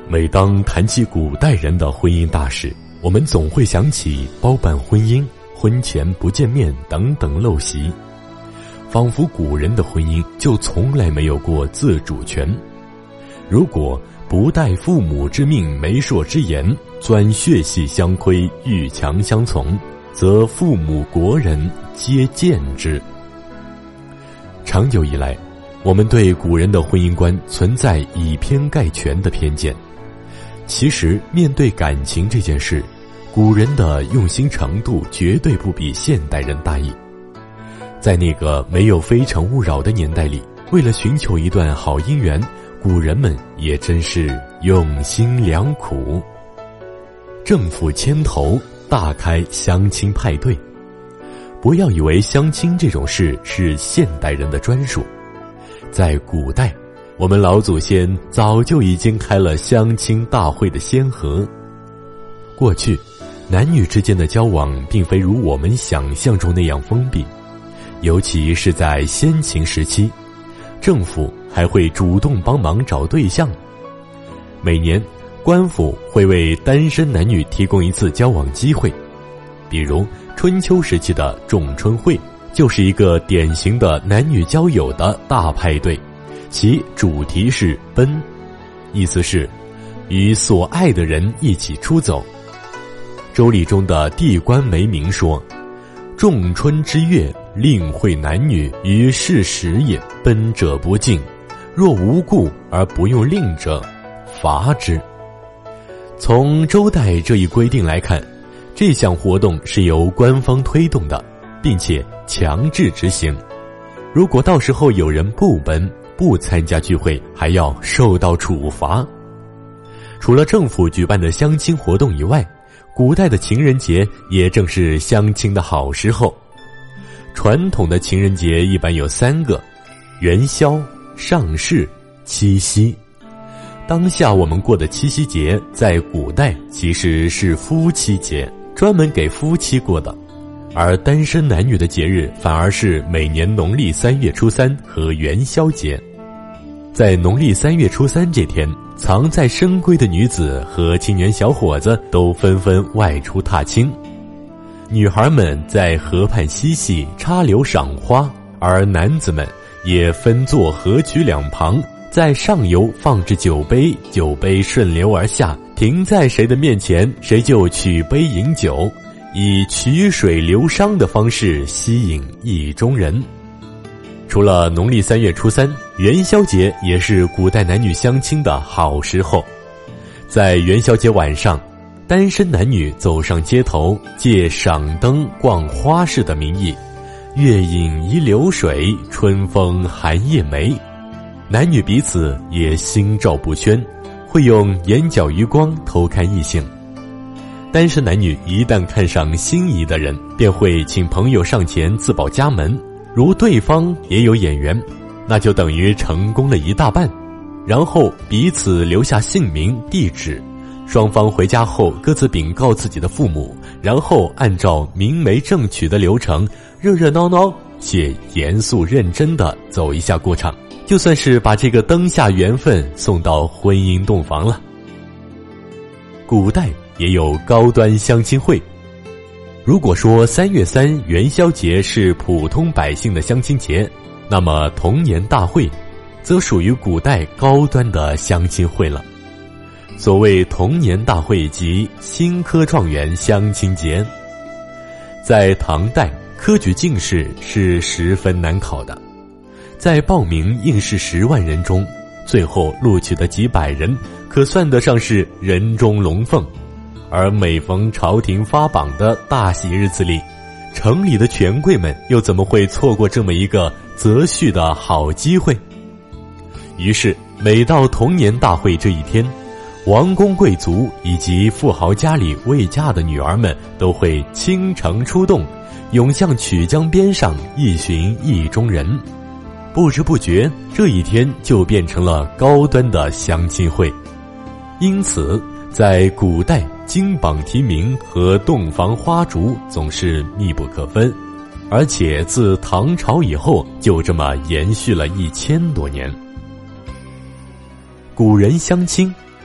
每当谈起古代人的婚姻大事，我们总会想起包办婚姻、婚前不见面等等陋习，仿佛古人的婚姻就从来没有过自主权。如果不待父母之命媒妁之言，钻血系相窥，欲强相从，则父母国人皆见之。长久以来，我们对古人的婚姻观存在以偏概全的偏见。其实面对感情这件事，古人的用心程度绝对不比现代人大意。在那个没有非诚勿扰的年代里，为了寻求一段好姻缘，古人们也真是用心良苦。政府牵头大开相亲派对，不要以为相亲这种事是现代人的专属，在古代，我们老祖先早就已经开了相亲大会的先河。过去，男女之间的交往并非如我们想象中那样封闭，尤其是在先秦时期，政府还会主动帮忙找对象。每年，官府会为单身男女提供一次交往机会，比如春秋时期的仲春会，就是一个典型的男女交友的大派对。其主题是奔，意思是与所爱的人一起出走。周礼中的地官梅明说，仲春之月，令会男女于是时也，奔者不敬，若无故而不用令者，罚之。从周代这一规定来看，这项活动是由官方推动的，并且强制执行。如果到时候有人不奔，不参加聚会，还要受到处罚。除了政府举办的相亲活动以外，古代的情人节也正是相亲的好时候。传统的情人节一般有3个：元宵、上巳、七夕。当下我们过的七夕节，在古代其实是夫妻节，专门给夫妻过的。而单身男女的节日反而是每年农历3月初3和元宵节。在农历3月初3这天，藏在深闺的女子和青年小伙子都纷纷外出踏青。女孩们在河畔嬉戏插柳赏花，而男子们也分坐河渠两旁，在上游放置酒杯，酒杯顺流而下，停在谁的面前，谁就取杯饮酒，以曲水流觞的方式吸引意中人。除了农历3月初3，元宵节也是古代男女相亲的好时候。在元宵节晚上，单身男女走上街头，借赏灯逛花市的名义，月影移流水，春风寒夜梅。男女彼此也心照不宣，会用眼角余光偷看异性。单身男女一旦看上心仪的人，便会请朋友上前自报家门，如对方也有眼缘，那就等于成功了一大半。然后彼此留下姓名、地址，双方回家后各自禀告自己的父母，然后按照明媒正娶的流程，热热闹闹且严肃认真地走一下过场，就算是把这个灯下缘分送到婚姻洞房了。古代也有高端相亲会。如果说3月3元宵节是普通百姓的相亲节，那么童年大会则属于古代高端的相亲会了。所谓童年大会即新科状元相亲节。在唐代，科举进士是十分难考的，在报名应试10万人中，最后录取的几百人可算得上是人中龙凤。而每逢朝廷发榜的大喜日子里，城里的权贵们又怎么会错过这么一个择婿的好机会？于是每到童年大会这一天，王公贵族以及富豪家里未嫁的女儿们都会倾城出动，涌向曲江边上一寻意中人。不知不觉，这一天就变成了高端的相亲会。因此在古代，金榜题名和洞房花烛总是密不可分，而且自唐朝以后就这么延续了1000多年。古人相亲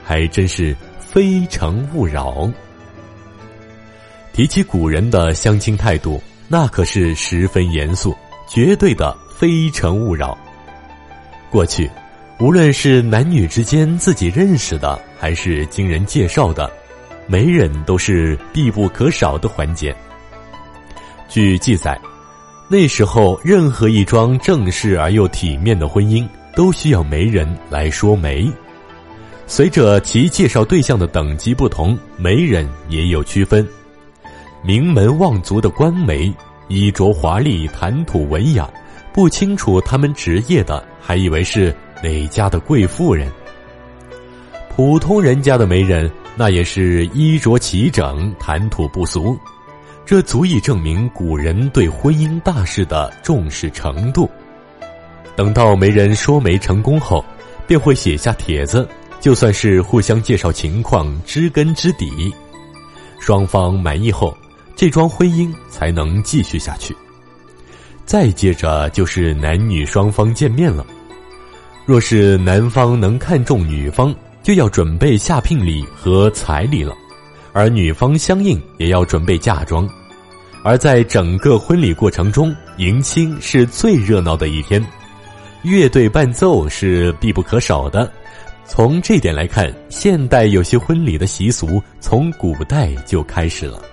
还真是非诚勿扰。提起古人的相亲态度，那可是十分严肃，绝对的非诚勿扰。过去无论是男女之间自己认识的，还是经人介绍的，媒人都是必不可少的环节。据记载，那时候任何一桩正式而又体面的婚姻都需要媒人来说媒。随着其介绍对象的等级不同，媒人也有区分。名门望族的官媒，衣着华丽，谈吐文雅，不清楚他们职业的，还以为是哪家的贵妇人。普通人家的媒人，那也是衣着齐整，谈吐不俗，这足以证明古人对婚姻大事的重视程度。等到媒人说媒成功后，便会写下帖子，就算是互相介绍情况，知根知底。双方满意后，这桩婚姻才能继续下去。再接着就是男女双方见面了。若是男方能看中女方，就要准备下聘礼和彩礼了，而女方相应也要准备嫁妆。而在整个婚礼过程中，迎亲是最热闹的一天，乐队伴奏是必不可少的。从这点来看，现代有些婚礼的习俗从古代就开始了。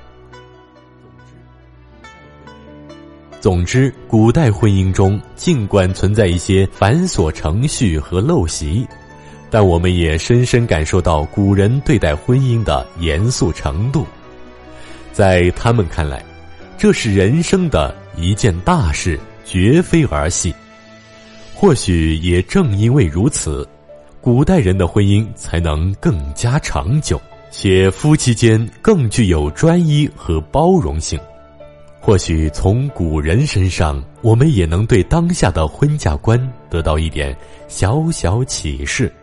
总之，古代婚姻中尽管存在一些繁琐程序和陋习，但我们也深深感受到古人对待婚姻的严肃程度。在他们看来，这是人生的一件大事，绝非儿戏。或许也正因为如此，古代人的婚姻才能更加长久，且夫妻间更具有专一和包容性。或许从古人身上，我们也能对当下的婚嫁观得到一点小小启示。